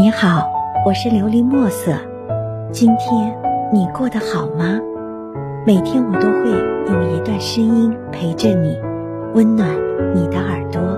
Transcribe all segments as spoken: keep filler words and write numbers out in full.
你好，我是琉璃墨色。今天你过得好吗？每天我都会用一段声音陪着你，温暖你的耳朵。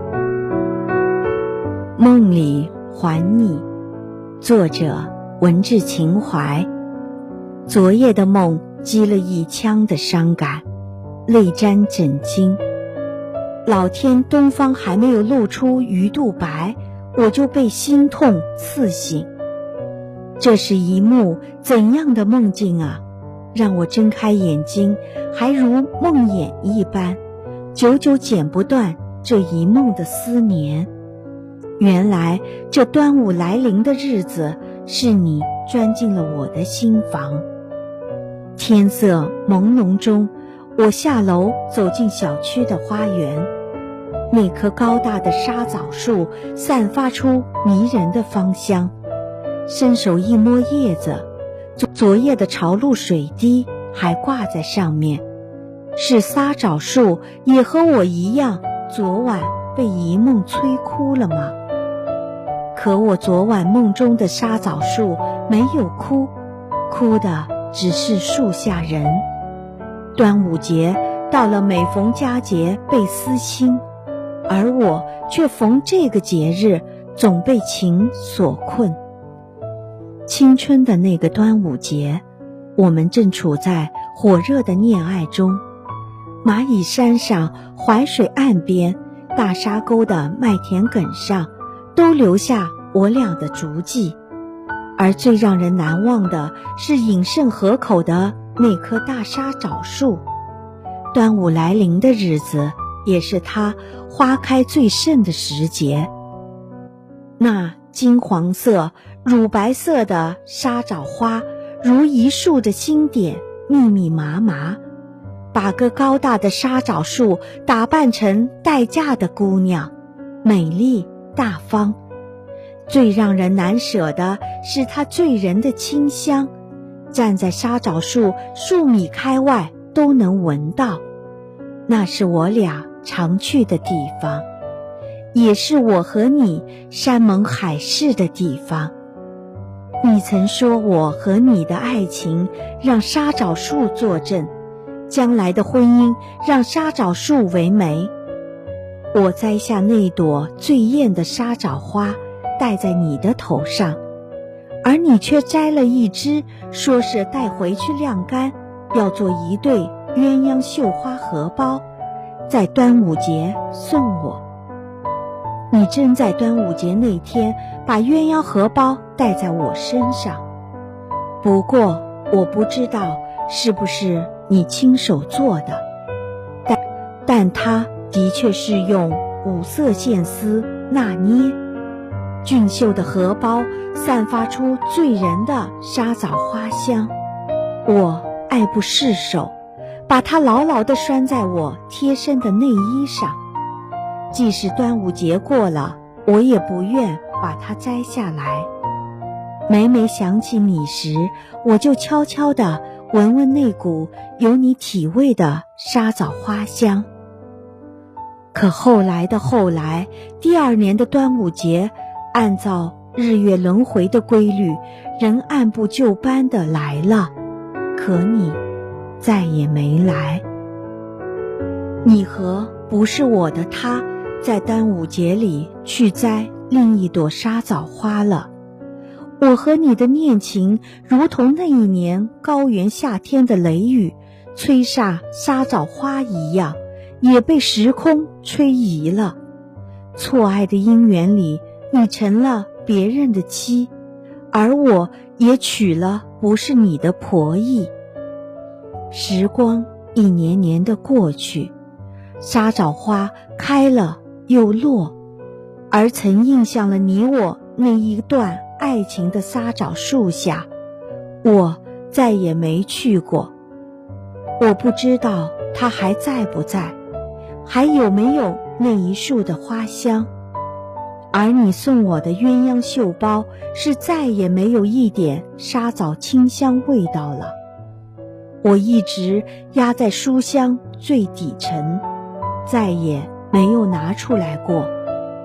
梦里还你，作者文志情怀。昨夜的梦积了一腔的伤感，泪沾枕巾。老天东方还没有露出鱼肚白，我就被心痛刺醒。这是一幕怎样的梦境啊，让我睁开眼睛还如梦魇一般，久久剪不断这一梦的思念。原来这端午来临的日子，是你钻进了我的心房。天色朦胧中，我下楼走进小区的花园。那棵高大的沙枣树散发出迷人的芳香，伸手一摸叶子，昨夜的潮露水滴还挂在上面。是沙枣树也和我一样，昨晚被一梦催哭了吗？可我昨晚梦中的沙枣树没有哭，哭的只是树下人。端午节到了，每逢佳节倍思亲，而我却逢这个节日总被情所困。青春的那个端午节，我们正处在火热的恋爱中。蚂蚁山上、淮水岸边、大沙沟的麦田埂上，都留下我俩的足迹。而最让人难忘的是饮胜河口的那棵大沙枣树。端午来临的日子，也是它花开最盛的时节。那金黄色、乳白色的沙枣花，如一束的星点，密密麻麻，把个高大的沙枣树打扮成待嫁的姑娘，美丽大方。最让人难舍的是它醉人的清香，站在沙枣树数米开外都能闻到。那是我俩常去的地方，也是我和你山盟海誓的地方。你曾说我和你的爱情让沙枣树作证，将来的婚姻让沙枣树为媒。我摘下那朵最艳的沙枣花戴在你的头上，而你却摘了一枝，说是带回去晾干，要做一对鸳鸯绣花荷包，在端午节送我。你真在端午节那天把鸳鸯荷包戴在我身上，不过我不知道是不是你亲手做的，但但它的确是用五色线丝纳捏。俊秀的荷包散发出醉人的沙枣花香，我爱不释手，把它牢牢地拴在我贴身的内衣上。即使端午节过了，我也不愿把它摘下来。每每想起你时，我就悄悄地闻闻那股有你体味的沙枣花香。可后来的后来，第二年的端午节，按照日月轮回的规律，人按部就班地来了，可你再也没来。你和不是我的他，在端午节里去摘另一朵沙枣花了。我和你的恋情，如同那一年高原夏天的雷雨吹煞沙枣花一样，也被时空吹移了。错爱的姻缘里，你成了别人的妻，而我也娶了不是你的婆姨。时光一年年的过去，沙枣花开了又落，而曾印象了你我那一段爱情的沙枣树下，我再也没去过。我不知道它还在不在，还有没有那一束的花香。而你送我的鸳鸯绣包，是再也没有一点沙枣清香味道了。我一直压在书箱最底层，再也没有拿出来过。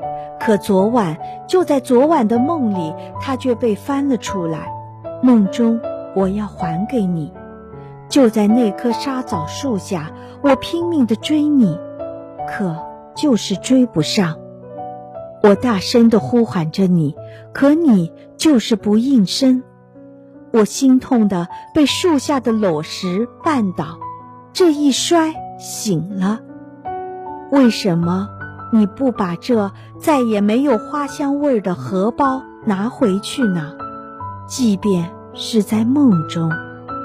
可昨晚，就在昨晚的梦里，它却被翻了出来。梦中我要还给你，就在那棵沙枣树下，我拼命地追你，可就是追不上。我大声地呼喊着你，可你就是不应声。我心痛地被树下的裸石绊倒，这一摔醒了。为什么你不把这再也没有花香味的荷包拿回去呢？即便是在梦中。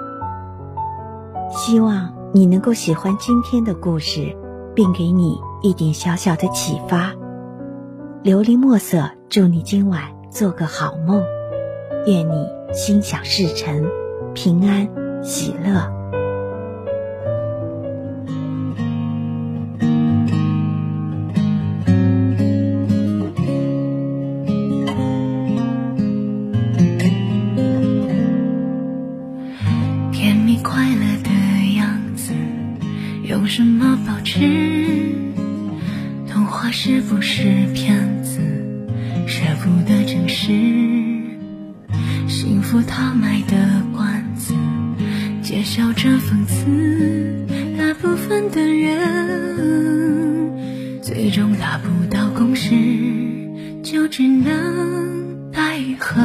希望你能够喜欢今天的故事，并给你一点小小的启发。琉璃墨色祝你今晚做个好梦，愿你心想事成，平安喜乐。 甜蜜快乐的样子，用什么保持？童话是不是骗子？舍不得诚实。幸福他卖的关子，揭晓着讽刺。大部分的人最终达不到共识，就只能奈何。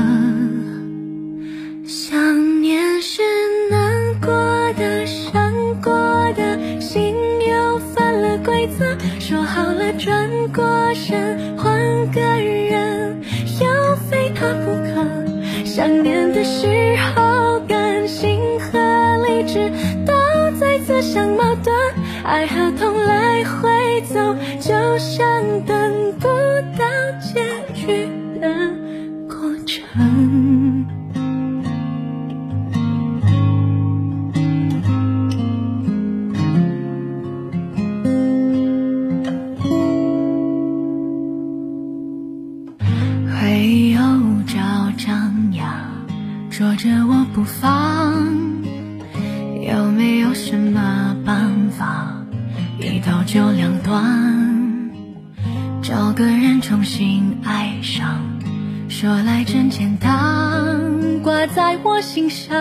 想念是难过的，伤过的，心又犯了规则，说好了转过身换个人，又非他不可。想念的时候，感性和理智都在自相矛盾，爱和痛来回走，就像等不到结局的过程。会有朝张扬捉着我不放，有没有什么办法一刀就两断？找个人重新爱上，说来真简单，挂在我心上。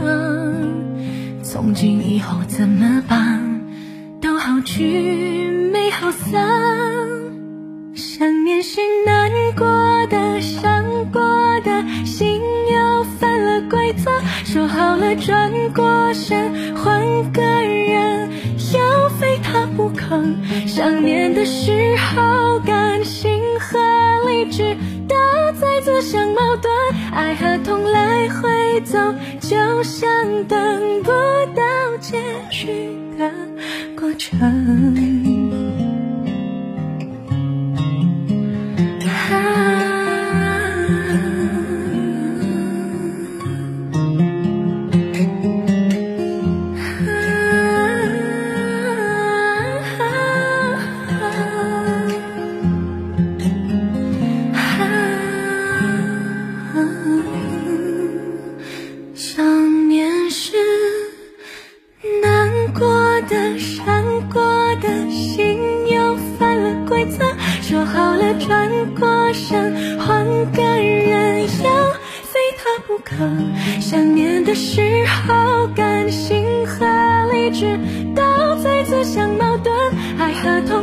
从今以后怎么办？都好聚没好散。想念是难过的，伤过的，心又犯了规则，说好了转过身换个人，又非他不可。想念的时候，感性和理智都在自相矛盾，爱和痛来回走，就像等不到结局的过程。想念是难过的，伤过的，心又犯了规则，说好了转过身换个人，又非他不可。想念的时候，感性和理智都在自相矛盾，爱和痛